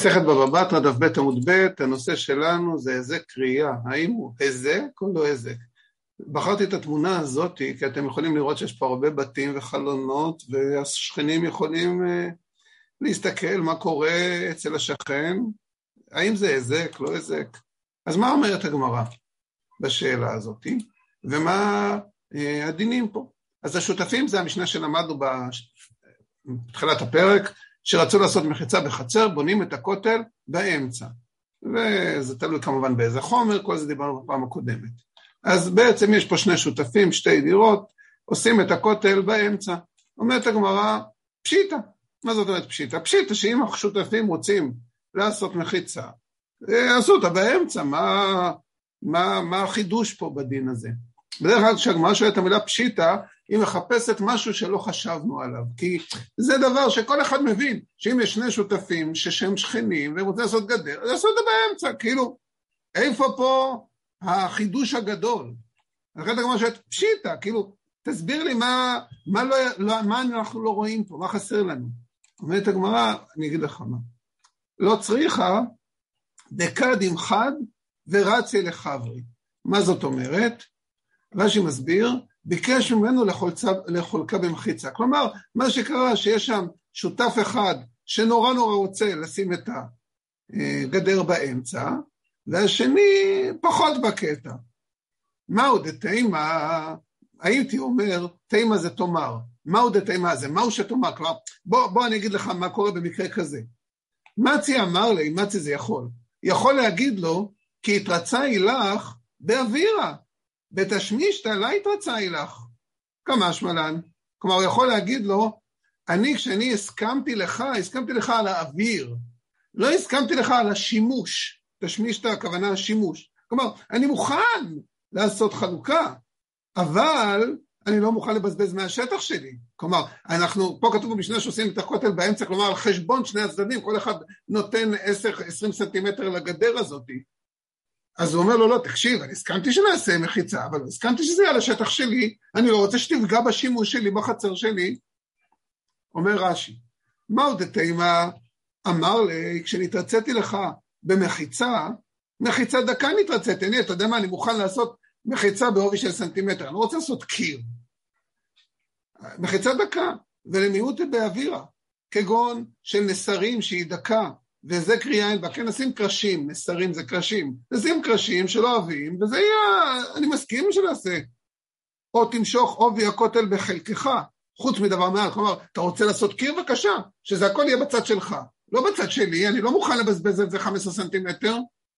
מסכת בבא בתרא דף ב' עמוד ב', הנושא שלנו זה היזק קריאה, האם הוא היזק או לא היזק? בחרתי את התמונה הזאת כי אתם יכולים לראות שיש פה הרבה בתים וחלונות, והשכנים יכולים להסתכל מה קורה אצל השכן, האם זה היזק, לא היזק? אז מה אומרת הגמרא בשאלה הזאת, ומה הדינים פה? אז השותפים זה המשנה שלמדנו בתחילת הפרק, שרצו לעשות מחיצה בחצר, בונים את הכותל באמצע. וזה תלוי כמובן באיזה חומר, כל זה דיברנו בפעם הקודמת. אז בעצם יש פה שני שותפים, שתי דירות, עושים את הכותל באמצע. אומרת הגמרא, פשיטה. מה זאת אומרת פשיטה? פשיטה שאם השותפים רוצים לעשות מחיצה, עשו אותה באמצע, מה החידוש פה בדין הזה? בדרך כלל כשהגמרא שואלת את המילה פשיטה, היא מחפשת משהו שלא חשבנו עליו, כי זה דבר שכל אחד מבין, שאם יש שני שותפים שהם שכנים, והם רוצים לעשות גדר, אז יעשו את זה באמצע, כאילו, איפה פה החידוש הגדול? אחרת הגמרא שואלת, פשיטה, כאילו, תסביר לי מה אנחנו לא רואים פה, מה חסר לנו? אומרת הגמרא, אני אגיד לך מה, לא צריכה דקד עם חד ורצי לחברי. מה זאת אומרת? רש"י מסביר, ביקש ממנו לחולקה במחיצה. כלומר, מה שקרה שיש שם שותף אחד שנורא רוצה לשים את הגדר באמצע, והשני פחות בקטע. מהו דתימה? הייתי אומר, תימה זה תאמר. מהו דתימה זה? מהו שתאמר? כלומר, בוא אני אגיד לך מה קורה במקרה כזה. מצי אמר לי, מצי זה יכול להגיד לו, כי התרצה הילך באווירה. בתשמישתא לא התרצה הילך. כמה שמלן. כלומר, הוא יכול להגיד לו, כשאני הסכמתי לך על האוויר. לא הסכמתי לך על השימוש. תשמישתא הכוונה השימוש. כלומר, אני מוכן לעשות חלוקה, אבל אני לא מוכן לבזבז מהשטח שלי. כלומר, פה כתוב במשנה שעושים את הכותל באמצע, כלומר, על חשבון שני הצדדים, כל אחד נותן 10-20 סנטימטר לגדר הזאת. אז הוא אומר לו, לא, תקשיב, אני הסכמתי שנעשה מחיצה, אבל לא הסכמתי שזה יהיה על השטח שלי, אני לא רוצה שתפגע בשימוש שלי, בחצר שלי. אומר רש"י, מהו דתימה? אמר לי, כשנתרציתי לך במחיצה, מחיצה דקה נתרציתי, אתה יודע מה, אני מוכן לעשות מחיצה בעובי של סנטימטר, אני לא רוצה לעשות קיר. מחיצה דקה, ולמיעוט באווירה, כגון של נסרים שהיא דקה, וזה קריאה אין בה, כן, נשים קרשים, נסרים זה קרשים, נשים קרשים שלא אוהבים, וזה יהיה, אני מסכים שנעשה. או תמשוך עובי הכותל בחלקך, חוץ מדבר מעל, כלומר, אתה רוצה לעשות קיר בבקשה, שזה הכל יהיה בצד שלך, לא בצד שלי, אני לא מוכן לבזבז את זה 15 סנטימטר,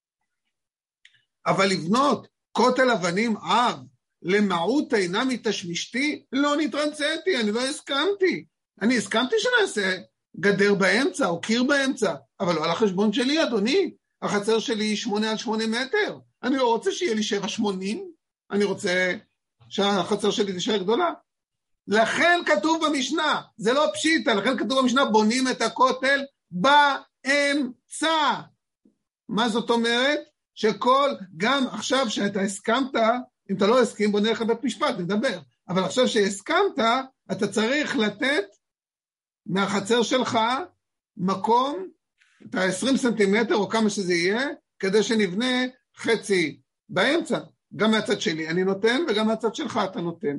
אבל לבנות כותל אבנים עב, למעוט אינה מתשמישתי, לא נתרנציתי, אני לא הסכמתי. אני הסכמתי שנעשה גדר באמצע או קיר באמצע, אבל לא על החשבון שלי, אדוני. החצר שלי היא 8x8 מטר. אני לא רוצה שיהיה לי 7.80, אני רוצה שהחצר שלי תישאר גדולה. לכן כתוב במשנה, זה לא פשיטה, לכן כתוב במשנה, בונים את הכותל באמצע. מה זאת אומרת? גם עכשיו שאתה הסכמת, אם אתה לא הסכים, בוא נלך לבית משפט, נדבר. אבל עכשיו שהסכמת, אתה צריך לתת מהחצר שלך מקום, את ה-20 סנטימטר או כמה שזה יהיה, כדי שנבנה חצי באמצע. גם מהצד שלי אני נותן, וגם מהצד שלך אתה נותן.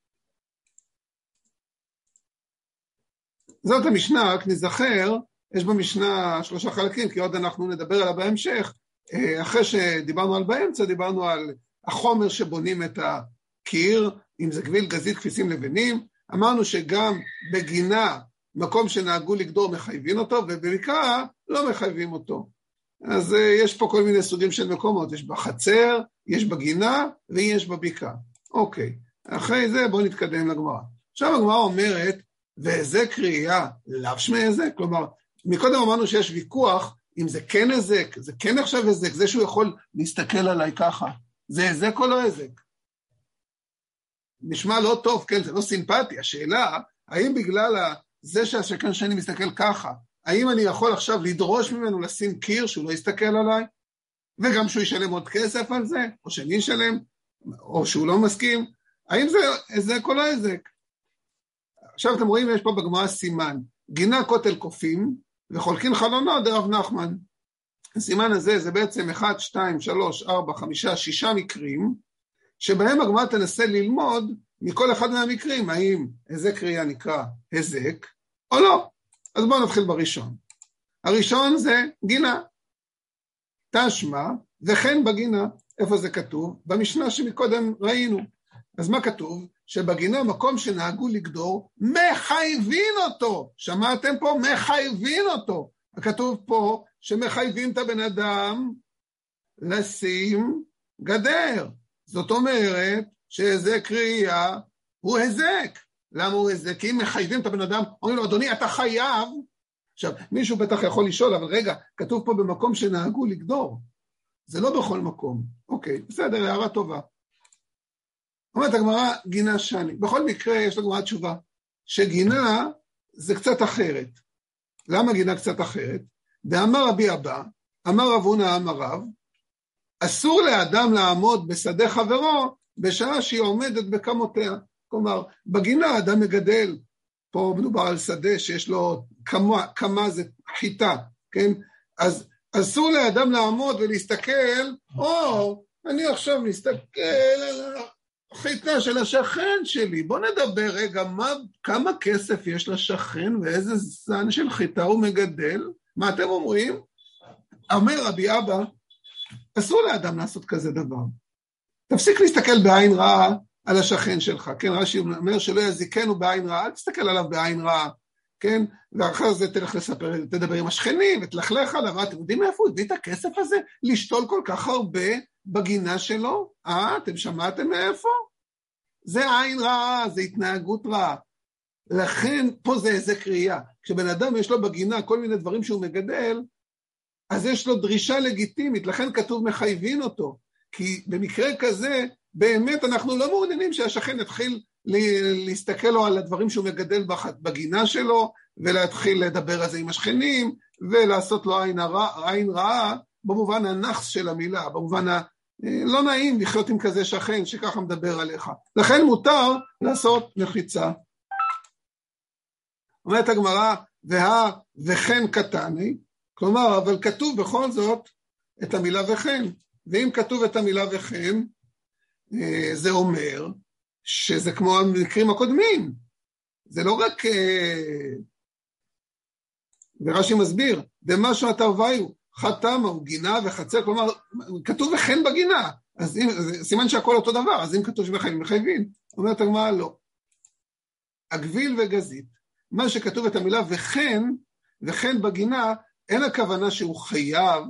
זאת המשנה, רק נזכר, יש במשנה 3 חלקים, כי עוד אנחנו נדבר עליה בהמשך. אחרי שדיברנו על באמצע, דיברנו על החומר שבונים את הקיר, אם זה גביל, גזית, כפיסים, לבנים. אמרנו שגם בגינה, מקום שנהגו לגדור מחייבים אותו, ובבקעה לא מחייבים אותו. אז יש פה כל מיני סוגים של מקומות, יש בחצר, יש בגינה, ויש בבקעה. אוקיי, אחרי זה בואו נתקדם לגמרא. עכשיו הגמרא אומרת, וזה קריאה, לאו שמי היזק, כלומר, מקודם אמרנו שיש ויכוח, אם זה כן היזק, זה כן עכשיו היזק, זה שהוא יכול להסתכל עליי ככה, זה היזק או לא היזק? נשמע לא טוב, כן, זה לא סימפטי, השאלה, האם בגלל זה שהשכן שאני מסתכל ככה, האם אני יכול עכשיו לדרוש ממנו לשים קיר שהוא לא יסתכל עליי, וגם שהוא ישלם עוד כסף על זה, או שאני אשלם, או שהוא לא מסכים, האם זה היזק או לא היזק? עכשיו אתם רואים, יש פה בגמרא סימן, גינה כותל קופים, וחולקין חלונות דרב נחמן. הסימן הזה זה בעצם 1, 2, 3, 4, 5, 6 מקרים, שבהם הגמרא תנסה ללמוד מכל אחד מהמקרים, האם היזק ראייה נקרא היזק או לא. אז בואו נתחיל בראשון. הראשון זה גינה. תשמע וכן בגינה. איפה זה כתוב? במשנה שמקודם ראינו. אז מה כתוב? שבגינה מקום שנהגו לגדור, מחייבים אותו. שמעתם פה? מחייבים אותו. כתוב פה שמחייבים את הבן אדם לשים גדר. זאת אומרת שהיזק ראייה הוא היזק. למה הוא היזק? כי אם מחייבים את הבן אדם, אומרים לו, אדוני, אתה חייב. עכשיו, מישהו בטח יכול לשאול, אבל רגע, כתוב פה במקום שנהגו לגדור. זה לא בכל מקום. אוקיי, בסדר, הערה טובה. אומרת הגמרא, גינה שני. בכל מקרה, יש לגמרא תשובה, שגינה זה קצת אחרת. למה גינה קצת אחרת? דאמר רבי אבא, אמר רב הונא אמר רב, אסור לאדם לעמוד בשדה חברו, בשעה שהיא עומדת בקמותיה. כלומר, בגינה אדם מגדל, פה מדובר על שדה שיש לו כמה זה חיטה, כן? אז אסור לאדם לעמוד ולהסתכל, אני עכשיו מסתכל על החיטה של השכן שלי, בוא נדבר רגע, כמה כסף יש לשכן ואיזה זן של חיטה הוא מגדל? מה אתם אומרים? אומר רבי אבא, אסור לאדם לעשות כזה דבר. תפסיק להסתכל בעין רעה על השכן שלך, כן? רש"י אומר שלא יזיקנו בעין רעה, אל תסתכל עליו בעין רעה, כן? ואחר זה תלך לספר, תדבר עם השכנים, ותלכלך עליו, אתם יודעים מאיפה הוא הביא את הכסף הזה? לשתול כל כך הרבה בגינה שלו? אתם שמעתם מאיפה? זה עין רעה, זה התנהגות רעה. לכן פה זה היזק ראייה. כשבן אדם יש לו בגינה כל מיני דברים שהוא מגדל, אז יש לו דרישה לגיטימית, לכן כתוב מחייבים אותו. כי במקרה כזה, באמת אנחנו לא מעוניינים שהשכן יתחיל להסתכל לו על הדברים שהוא מגדל בגינה שלו, ולהתחיל לדבר על זה עם השכנים, ולעשות לו עין רעה, במובן הנחס של המילה, במובן לא נעים לחיות עם כזה שכן שככה מדבר עליך. לכן מותר לעשות מחיצה. אומרת הגמרא, וכן קטני, כלומר, אבל כתוב בכל זאת את המילה וכן. ואם כתוב את המילה וכן, זה אומר שזה כמו המקרים הקודמים. זה לא רק, ורש"י מסביר, דמשהו התרוויו, חתמה הוא גינה וחצר, כלומר, כתוב וכן בגינה. אז סימן שהכל אותו דבר, אז אם כתוב שמחייבים, אומרת הגמרא לא. הגביל וגזית, מה שכתוב את המילה וכן בגינה, אין הכוונה שהוא חייב,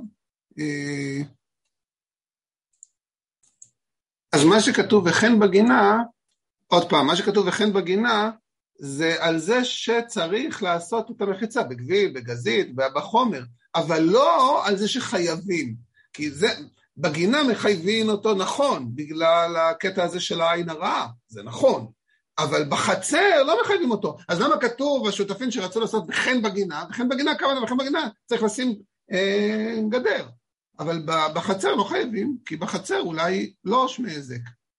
אז מה שכתוב וכן בגינה, עוד פעם, מה שכתוב וכן בגינה, זה על זה שצריך לעשות את המחיצה, בגביל, בגזית, בחומר, אבל לא על זה שחייבים, כי זה, בגינה מחייבים אותו נכון, בגלל הקטע הזה של העין הרעה, זה נכון, אבל בחצר לא מחייבים אותו, אז למה כתוב השותפים שרצו לעשות וכן בגינה, וכן בגינה, כמה וכן בגינה, צריך לשים גדר, אבל בחצר לא חייבים, כי בחצר אולי לא שמי היזק.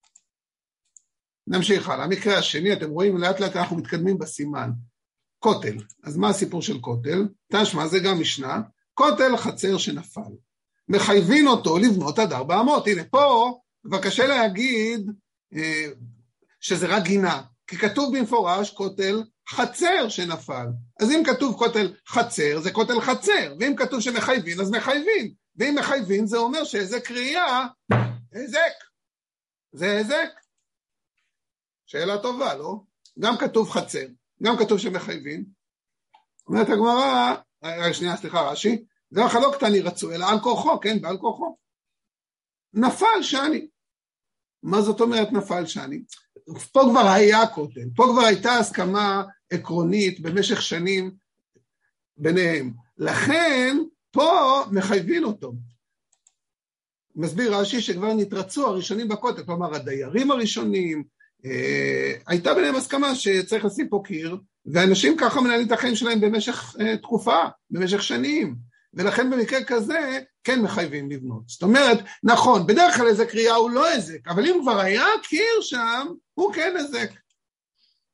נמשיך הלאה, המקרה השני, אתם רואים, לאט לאט אנחנו מתקדמים בסימן, כותל, אז מה הסיפור של כותל? תשמע, זה גם משנה, כותל חצר שנפל, מחייבים אותו לבנות עד 400, הנה פה, אבל קשה להגיד שזה רק גינה, כי כתוב במפורש כותל חצר שנפל, אז אם כתוב כותל חצר, זה כותל חצר, ואם כתוב שמחייבים, אז מחייבים, ואם מחייבים זה אומר שהיזק ראייה, היזק, זה היזק. שאלה טובה, לא? גם כתוב חצר, גם כתוב שמחייבים. אומרת הגמרא, שנייה, סליחה, רש"י, זה לא קטני רצו, אלא על כורחו, כן, בעל כורחו. נפל שני. מה זאת אומרת נפל שני? פה כבר היה כותל, פה כבר הייתה הסכמה עקרונית במשך שנים ביניהם. לכן, פה מחייבים אותו. מסביר רש"י שכבר נתרצו הראשונים בכותל, כלומר הדיירים הראשונים, הייתה ביניהם הסכמה שצריך לשים פה קיר, ואנשים ככה מנהלים את החיים שלהם במשך תקופה, במשך שנים, ולכן במקרה כזה כן מחייבים לבנות. זאת אומרת, נכון, בדרך כלל היזק ראייה הוא לא היזק, אבל אם כבר היה קיר שם, הוא כן היזק.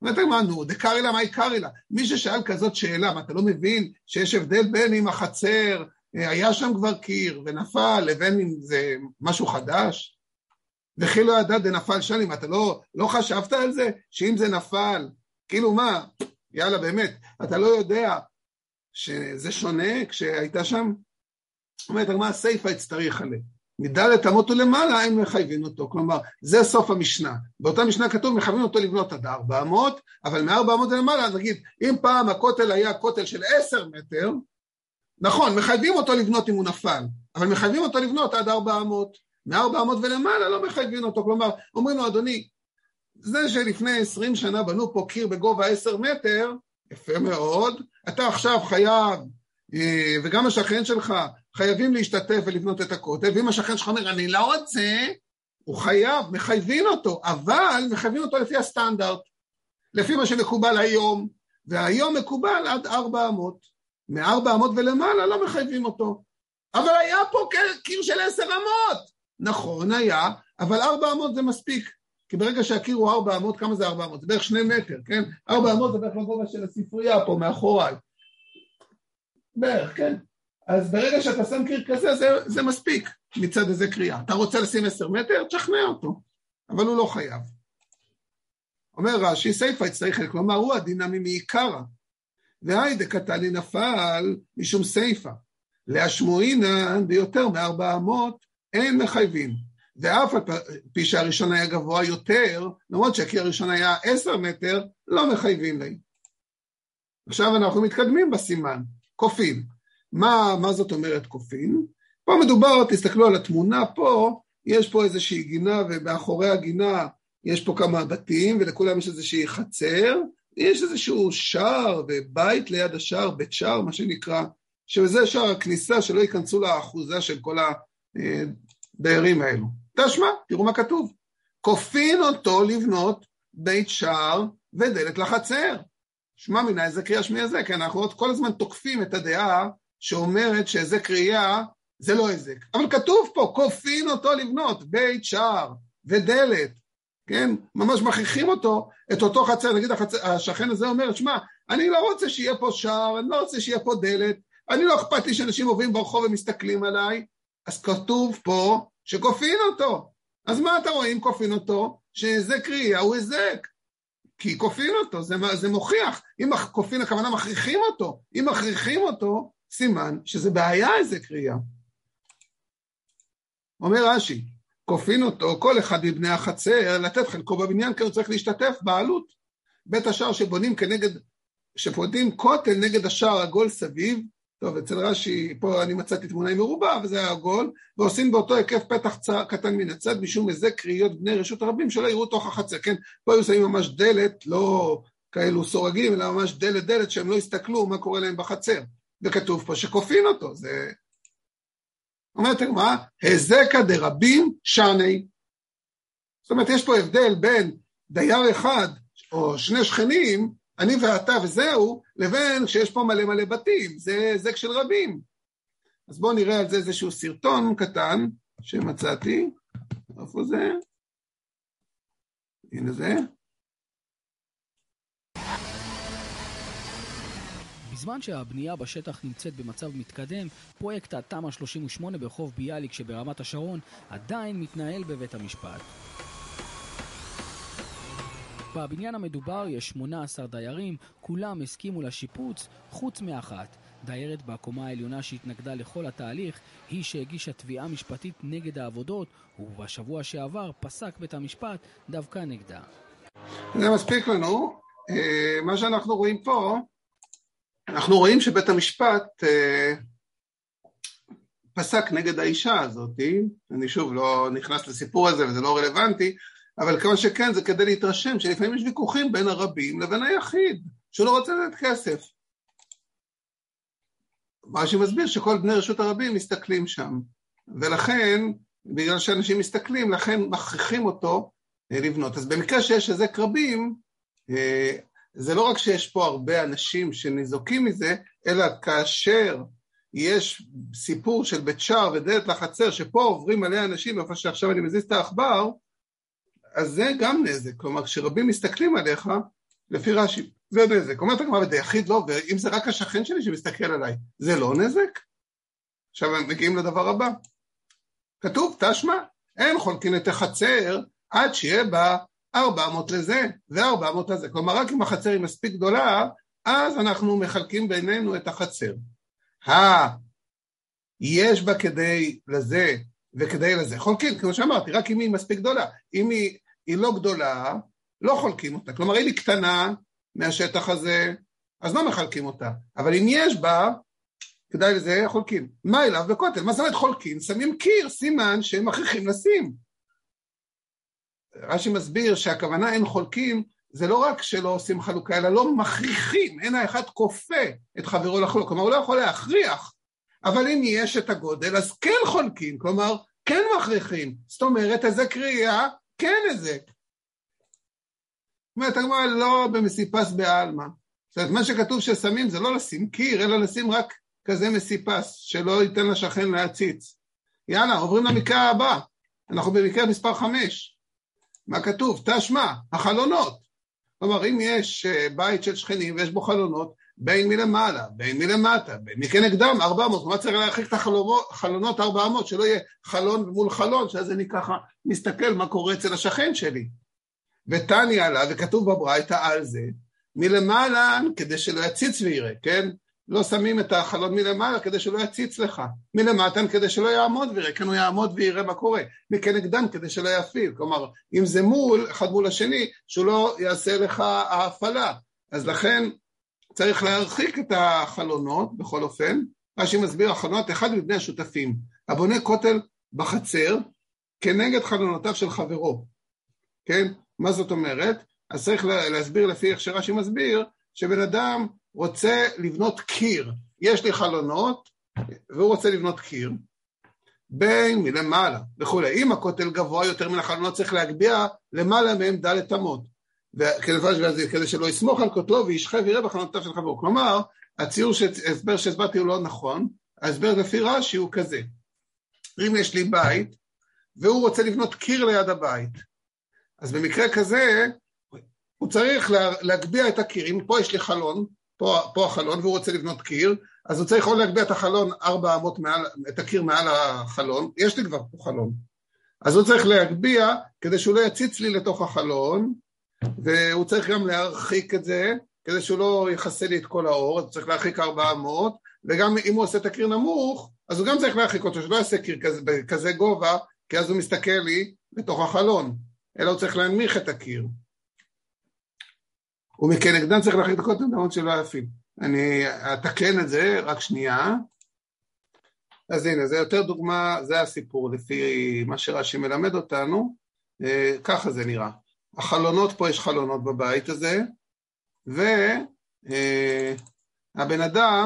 אומרת הגמרא, נו, דקרי לה, מה יקרי לה? מי ששאל כזאת שאלה, מה אתה לא מבין שיש הבדל בין אם החצר, היה שם כבר קיר ונפל, לבין אם זה משהו חדש? וכי לא ידע דנפל שנים, אתה לא חשבת על זה? שאם זה נפל, כאילו מה? יאללה, באמת, אתה לא יודע שזה שונה כשהייתה שם? אומרת הגמרא, סייפה הצטריך עליה. מדלת אמות ולמעלה הם מחייבים אותו, כלומר, זה סוף המשנה. באותה משנה כתוב, מחייבים אותו לבנות עד 400, אבל מ-400 למעלה, נגיד, אם פעם הכותל היה כותל של 10 מטר, נכון, מחייבים אותו לבנות אם הוא נפל, אבל מחייבים אותו לבנות עד 400, מ-400 ולמעלה לא מחייבים אותו, כלומר, אומרים לו, אדוני, זה שלפני 20 שנה בנו פה קיר בגובה 10 מטר, יפה מאוד, אתה עכשיו חייב, וגם השכן שלך, חייבים להשתתף ולבנות את הכותל, ואם השכן שלך אומר, אני לא רוצה, הוא חייב, מחייבים אותו, אבל מחייבים אותו לפי הסטנדרט, לפי מה שמקובל היום, והיום מקובל עד 400, מ-400 ולמעלה לא מחייבים אותו, אבל היה פה קיר של 10 אמות, נכון היה, אבל 400 זה מספיק, כי ברגע שהקיר הוא 400, כמה זה 400? זה בערך 2 מטר, כן? 400 זה בערך לגובה של הספרייה פה מאחוריי, בערך, כן? אז ברגע שאתה שם קיר כזה, זה מספיק מצד איזה קריאה. אתה רוצה לשים 10 מטר, תשכנע אותו, אבל הוא לא חייב. אומר רש"י, סייפה יצטריך, כלומר, הוא הדינמי מעיקרא, והיידה קטני נפל משום סייפה, להשמועינן ביותר מ-400 אין מחייבים, ואף על פי שהראשון היה גבוה יותר, למרות שהקיר הראשון היה 10 מטר, לא מחייבים לי. עכשיו אנחנו מתקדמים בסימן, קופים. מה זאת אומרת קופים? פה מדובר, תסתכלו על התמונה פה, יש פה איזושהי גינה, ובאחורי הגינה יש פה כמה בתים, ולכולם יש איזושהי חצר, יש איזשהו שער ובית ליד השער, בית שער, מה שנקרא, שזה שער הכניסה, שלא ייכנסו לאחוזה של כל הדיירים האלו. תשמע, תראו מה כתוב. קופין אותו לבנות בית שער ודלת לחצר. שמע מינה איזה קריאה שמי זה, כי אנחנו עוד כל הזמן תוקפים את הדעה שאומרת שאיזה קריאה זה לא איזק. אבל כתוב פה, קופין אותו לבנות בית שער ודלת, כן? ממש מכריחים אותו, את אותו חצר, נגיד השכן הזה אומר, שמע, אני לא רוצה שיהיה פה שער, אני לא רוצה שיהיה פה דלת, אני לא אכפת לי שאנשים עוברים ברחוב ומסתכלים עליי, אז כתוב פה שקופין אותו. אז מה אתה רואים קופין אותו? שזה קריאה הוא איזק. כי קופין אותו, זה מוכיח. אם קופין הכוונה מכריחים אותו, אם מכריחים אותו, סימן שזה בעיה איזה קריאה. אומר רש"י, קופין אותו, כל אחד מבני החצר, לתת חלקו בבניין, כי הוא צריך להשתתף בעלות. בית השער שפונים כותל נגד השער עגול סביב, טוב, אצל רש"י, פה אני מצאתי תמונה עם מרובה, וזה היה עגול, ועושים באותו היקף פתח קטן מן הצד, משום איזה קריאות בני רשות הרבים, שלא יראו תוך החצר, כן? פה היו שמים ממש דלת, לא כאלו סורגים, אלא ממש דלת, שהם לא יסתכלו מה קורה להם בחצר. וכתוב פה שקופין אותו, זה... אומרת, מה? הזקה דרבים שני. זאת אומרת, יש פה הבדל בין דייר אחד, או שני שכנים, אני ואתה וזהו, לבין שיש פה מלא בתים, זה זק של רבים. אז בואו נראה על זה איזשהו סרטון קטן, שמצאתי, איפה זה? הנה זה. בזמן שהבנייה בשטח נמצאת במצב מתקדם, פרויקט התמ"א 38 ברחוב ביאליק שברמת השרון עדיין מתנהל בבית המשפט. בבניין המדובר יש 18 דיירים, כולם הסכימו לשיפוץ חוץ מאחת. דיירת בקומה העליונה שהתנגדה לכל התהליך היא שהגישה תביעה משפטית נגד העבודות, ובשבוע שעבר פסק בית המשפט דווקא נגדה. זה מספיק לנו. מה שאנחנו רואים פה, אנחנו רואים שבית המשפט פסק נגד האישה הזאת. אני שוב לא נכנס לסיפור הזה וזה לא רלוונטי, אבל כמה שכן זה כדי להתרשם שלפעמים יש ויכוחים בין הרבים לבין היחיד, שהוא לא רוצה לתת כסף. מה שמסביר שכל בני רשות הרבים מסתכלים שם, ולכן, בגלל שאנשים מסתכלים, לכן מכריחים אותו לבנות. אז במקרה שיש איזה רבים, זה לא רק שיש פה הרבה אנשים שניזוקים מזה, אלא כאשר יש סיפור של בית שער ודלת לחצר, שפה עוברים עליה אנשים, איפה שעכשיו אני מזיז את העכבר, אז זה גם נזק. כלומר, כשרבים מסתכלים עליך, לפי רש"י, זה נזק. אומרת הגמרא ביחיד לא, ואם זה רק השכן שלי שמסתכל עליי, זה לא נזק? עכשיו הם מגיעים לדבר הבא. כתוב, תשמע, אין חולקין את החצר עד שיהיה בה 400 לזה ו400 לזה. כלומר, רק אם החצר היא מספיק גדולה, אז אנחנו מחלקים בינינו את החצר. יש בה כדי לזה וכדי לזה. חולקים, כמו שאמרתי, רק אם היא מספיק גדולה. אם היא לא גדולה, לא חולקים אותה. כלומר, אם היא קטנה מהשטח הזה, אז לא מחלקים אותה. אבל אם יש בה, כדאי לזה חולקים. מה אליו בכותל? מה זאת אומרת חולקים? שמים קיר, סימן שהם מכריחים לשים. רש"י מסביר שהכוונה אין חולקים, זה לא רק שלא עושים חלוקה, אלא לא מכריחים, אין האחד כופה את חברו לחלוק. כלומר, הוא לא יכול להכריח. אבל אם יש את הגודל, אז כן חולקים, כלומר, כן מכריחים. זאת אומרת, איזה קריאה, כן איזה. זאת אומרת, הגמרא לא במסיפס בעלמא. זאת אומרת, מה שכתוב ששמים זה לא לשים קיר, אלא לשים רק כזה מסיפס, שלא ייתן לשכן להציץ. יאללה, עוברים למקרה הבא. אנחנו במקרה מספר 5. מה כתוב? תשמע, החלונות. כלומר, אם יש בית של שכנים ויש בו חלונות, בין מלמעלה, בין מלמטה, בין מכנגדם 400, כלומר צריך להרחיק את החלונות 400, שלא יהיה חלון מול חלון, שאז אני ככה מסתכל מה קורה אצל השכן שלי. ותני עליו, וכתוב בברייתא על זה, מלמעלה כדי שלא יציץ ויראה, כן? לא שמים את החלון מלמעלה כדי שלא יציץ לך, מלמטה כדי שלא יעמוד ויראה, כן הוא יעמוד ויראה מה קורה, מכנגדם כדי שלא יפיל, כלומר אם זה מול, אחד מול השני, שהוא לא יעשה לך ההפעלה, אז לכן צריך להרחיק את החלונות, בכל אופן, רש"י מסביר החלונות, אחד מבני השותפים, הבונה כותל בחצר, כנגד חלונותיו של חברו, כן? מה זאת אומרת? אז צריך להסביר לפי איך שרש"י מסביר, שבן אדם רוצה לבנות קיר, יש לי חלונות, והוא רוצה לבנות קיר, בין מלמעלה וכולי, אם הכותל גבוה יותר מן החלונות, צריך להגביה למעלה מהם ד' אמות, כדי שלא יסמוך על כותלו וישחה ויראה בחלונותיו של חברו. כלומר, הציור שהסבר שהסברתי הוא לא נכון, ההסבר לפי רש"י הוא כזה, אם יש לי בית, והוא רוצה לבנות קיר ליד הבית, אז במקרה כזה, הוא צריך להגביה את הקיר, אם פה יש לי חלון, פה החלון, והוא רוצה לבנות קיר, אז הוא צריך עוד להגביה את החלון 400 את הקיר מעל החלון, יש לי כבר פה חלון, אז הוא צריך להגביה, כדי שהוא לא יציץ לי לתוך החלון, והוא צריך גם להרחיק את זה, כדי שהוא לא יחסה לי את כל האור, אז הוא צריך להרחיק 400, וגם אם הוא עושה את הקיר נמוך, אז הוא גם צריך להרחיק אותו, שלא יעשה קיר כזה גובה, כי אז הוא מסתכל לי לתוך החלון, אלא הוא צריך להנמיך את הקיר. ומכנגדם צריך להרחיק את הכותל נמות שלא יפיל. אני אתקן את זה, רק שנייה. אז הנה, זה יותר דוגמה, זה הסיפור, לפי מה שרש"י מלמד אותנו, ככה זה נראה. החלונות, פה יש חלונות בבית הזה, והבן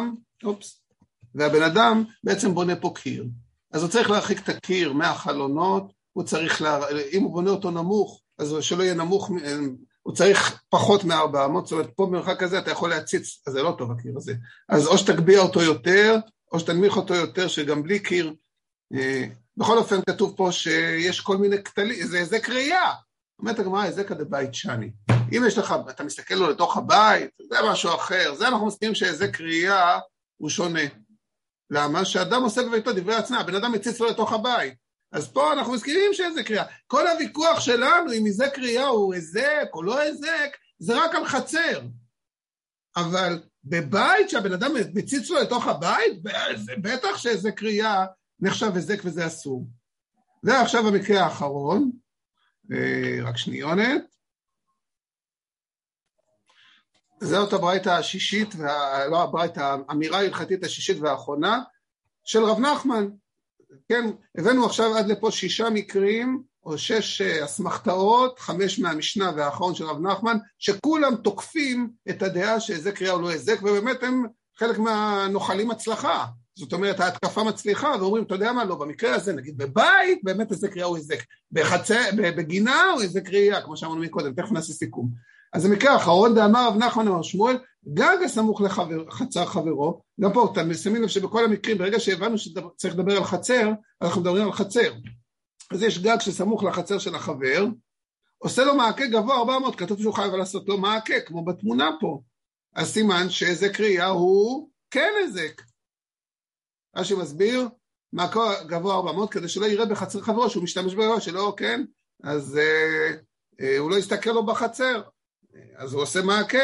אדם בעצם בונה פה קיר. אז הוא צריך להרחיק את הקיר מהחלונות, הוא צריך, אם הוא בונה אותו נמוך, אז שלא יהיה נמוך, הוא צריך פחות מ-400, זאת אומרת, פה במרחק הזה אתה יכול להציץ, אז זה לא טוב הקיר הזה. אז או שתגביה אותו יותר, או שתנמיך אותו יותר, שגם בלי קיר, בכל אופן כתוב פה שיש כל מיני קטלים, זה קריאה. אומרת הגמרא, זה כדי בית שני. אם יש לך, אתה מסתכל לו לתוך הבית, זה משהו אחר, זה אנחנו מסכימים שזה קריאה, הוא שונה. למה? שאדם עושה בביתו דברי הצנעה, בן אדם מציץ לו לתוך הבית. אז פה אנחנו מסכימים שזה קריאה. כל הוויכוח שלנו, אם זה קריאה הוא הזק או לא הזק, זה רק על חצר. אבל בבית שהבן אדם מציץ לו לתוך הבית, בטח שזה קריאה נחשב הזק וזה אסור. זה עכשיו המקרה האחרון, רק שניונת. זאת הברייתא השישית, לא הברייתא, האמירה ההלכתית השישית והאחרונה, של רב נחמן. כן, הבאנו עכשיו עד לפה 6 מקרים, או 6 אסמכתאות, 5 מהמשנה והאחרון של רב נחמן, שכולם תוקפים את הדעה שזה קריאה או לא הזק, ובאמת הם חלק מהנוחלים הצלחה. זאת אומרת, ההתקפה מצליחה, ואומרים, אתה יודע מה, לא, במקרה הזה, נגיד בבית, באמת איזה קריאה או הזק, בגינה או איזה קריאה, כמו שאמרנו מקודם, תכף נעשה סיכום. אז המקרה האחרון, דאמר רב נחמן אמר שמואל, גג הסמוך לחצר חברו, גם פה, אתם שמים לב שבכל המקרים, ברגע שהבנו שצריך לדבר על חצר, אנחנו מדברים על חצר. אז יש גג שסמוך לחצר של החבר, עושה לו מעקה גבוה 400, כתוב שהוא חייב לעשות לו מעקה, כמו בתמונה פה. אז סימן שהיזק ראייה הוא כן היזק. רש"י מסביר, מעקה גבוה 400, כדי שלא יראה בחצר חברו, שהוא משתמש בו שלא, כן? אז הוא לא יסתכל לו בחצר, אז הוא עושה מעקה.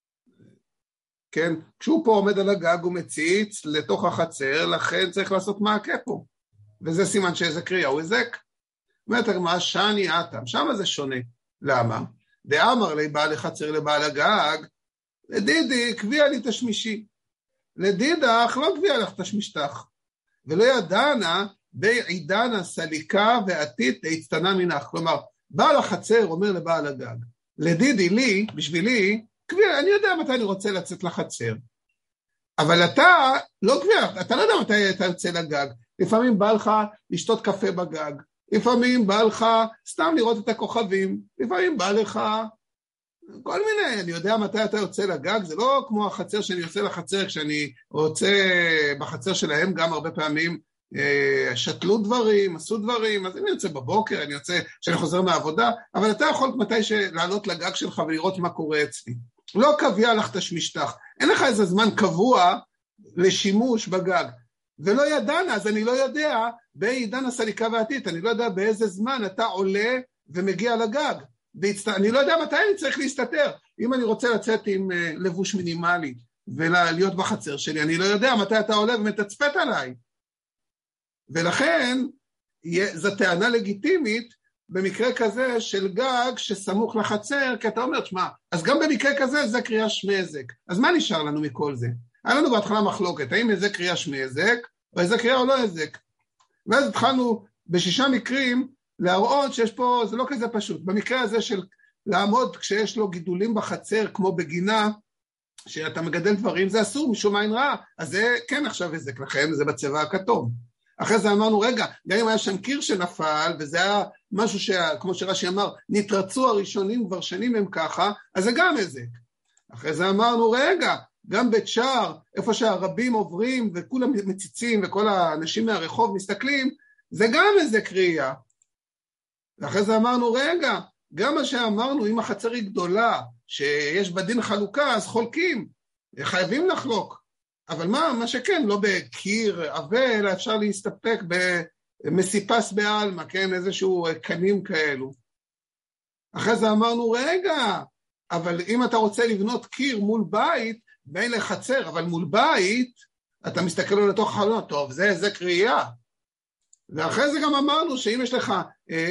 כן? כשהוא פה עומד על הגג, הוא מציץ לתוך החצר, לכן צריך לעשות מעקה פה. וזה סימן שהיזק ראייה הוא היזק. אומרת הגמרא שאני אתם, שם זה שונה. למה? דאמר לי בעל החצר לבעל הגג, לדידי קביע לי תשמישי, לדידך לא קביע לך תשמישתך, ולא ידענה בעידנה סליקה ועתית להצטנה מנך. כלומר, בעל החצר אומר לבעל הגג, לדידי לי, בשבילי, קביע, אני יודע מתי אני רוצה לצאת לחצר, אבל אתה לא קביע, אתה לא יודע מתי אתה יוצא לגג, לפעמים בא לך לשתות קפה בגג, לפעמים בא לך סתם לראות את הכוכבים, לפעמים בא לך כל מיני, אני יודע מתי אתה יוצא לגג, זה לא כמו החצר שאני יוצא לחצר, כשאני רוצה בחצר שלהם גם הרבה פעמים שתלו דברים, עשו דברים, אז אני יוצא בבוקר, אני יוצא כשאני חוזר מהעבודה, אבל אתה יכול מתי לעלות לגג שלך ולראות מה קורה אצלי. לא קביע לך תשמישתך, אין לך איזה זמן קבוע לשימוש בגג, ולא ידענה, אז אני לא יודע בעידן הסליקה והעתית, אני לא יודע באיזה זמן אתה עולה ומגיע לגג, אני לא יודע מתי אני צריך להסתתר, אם אני רוצה לצאת עם לבוש מינימלי ולהיות בחצר שלי, אני לא יודע מתי אתה עולה ומתצפת עליי, ולכן זו טענה לגיטימית במקרה כזה של גג שסמוך לחצר, כי אתה אומר, שמה, אז גם במקרה כזה זה קריאה שמי היזק, אז מה נשאר לנו מכל זה? היה לנו בהתחלה מחלוקת, האם היזק קריאה שמי היזק, או היזק קריאה או לא היזק, ואז התחלנו ב6 מקרים להראות שיש פה, זה לא כזה פשוט, במקרה הזה של לעמוד כשיש לו גידולים בחצר כמו בגינה, שאתה מגדל דברים, זה אסור משום עין רעה, אז זה כן עכשיו היזק לכם, זה בצבע הכתום. אחרי זה אמרנו, רגע, גם אם היה שם קיר שנפל, וזה היה משהו כמו שרש"י אמר, נתרצו הראשונים כבר שנים הם ככה, אז זה גם היזק. אחרי זה אמרנו, רגע, גם בית שער, איפה שהרבים עוברים וכולם מציצים וכל האנשים מהרחוב מסתכלים, זה גם היזק ראייה. ואחרי זה אמרנו, רגע, גם מה שאמרנו, אם החצר היא גדולה, שיש בדין חלוקה, אז חולקים, חייבים לחלוק. אבל מה שכן, לא בקיר עבה, אלא אפשר להסתפק במסיפס בעלמה, כן, איזשהו קנים כאלו. אחרי זה אמרנו, רגע, אבל אם אתה רוצה לבנות קיר מול בית, בין לחצר, אבל מול בית, אתה מסתכל לו לתוך חלון, טוב, זה היזק ראייה. ואחרי זה גם אמרנו שאם יש לך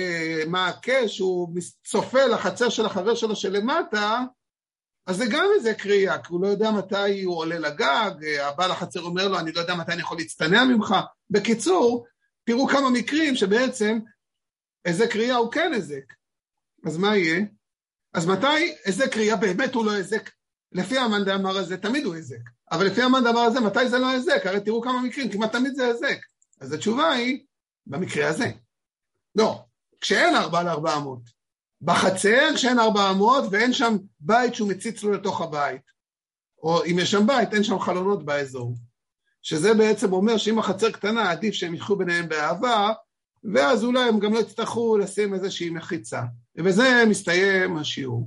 מעקה שהוא צופה לחצר של החבר שלו שלמטה, אז זה גם היזק ראייה, כי הוא לא יודע מתי הוא עולה לגג, הבעל החצר אומר לו, אני לא יודע מתי אני יכול להצטנע ממך. בקיצור, תראו כמה מקרים שבעצם היזק ראייה הוא כן היזק. אז מה יהיה? אז מתי היזק ראייה באמת הוא לא היזק? לפי המאן דאמר הזה תמיד הוא היזק, אבל לפי המאן דאמר הזה מתי זה לא היזק? הרי תראו כמה מקרים, כמעט תמיד זה היזק. אז התשובה היא, במקרה הזה. לא, כשאין 4x400. בחצר כשאין 400 ואין שם בית שהוא מציץ לו לתוך הבית. או אם יש שם בית, אין שם חלונות באזור. שזה בעצם אומר שאם החצר קטנה, עדיף שהם יחו ביניהם באהבה, ואז אולי הם גם לא יצטרכו לשים איזושהי מחיצה. ובזה מסתיים השיעור.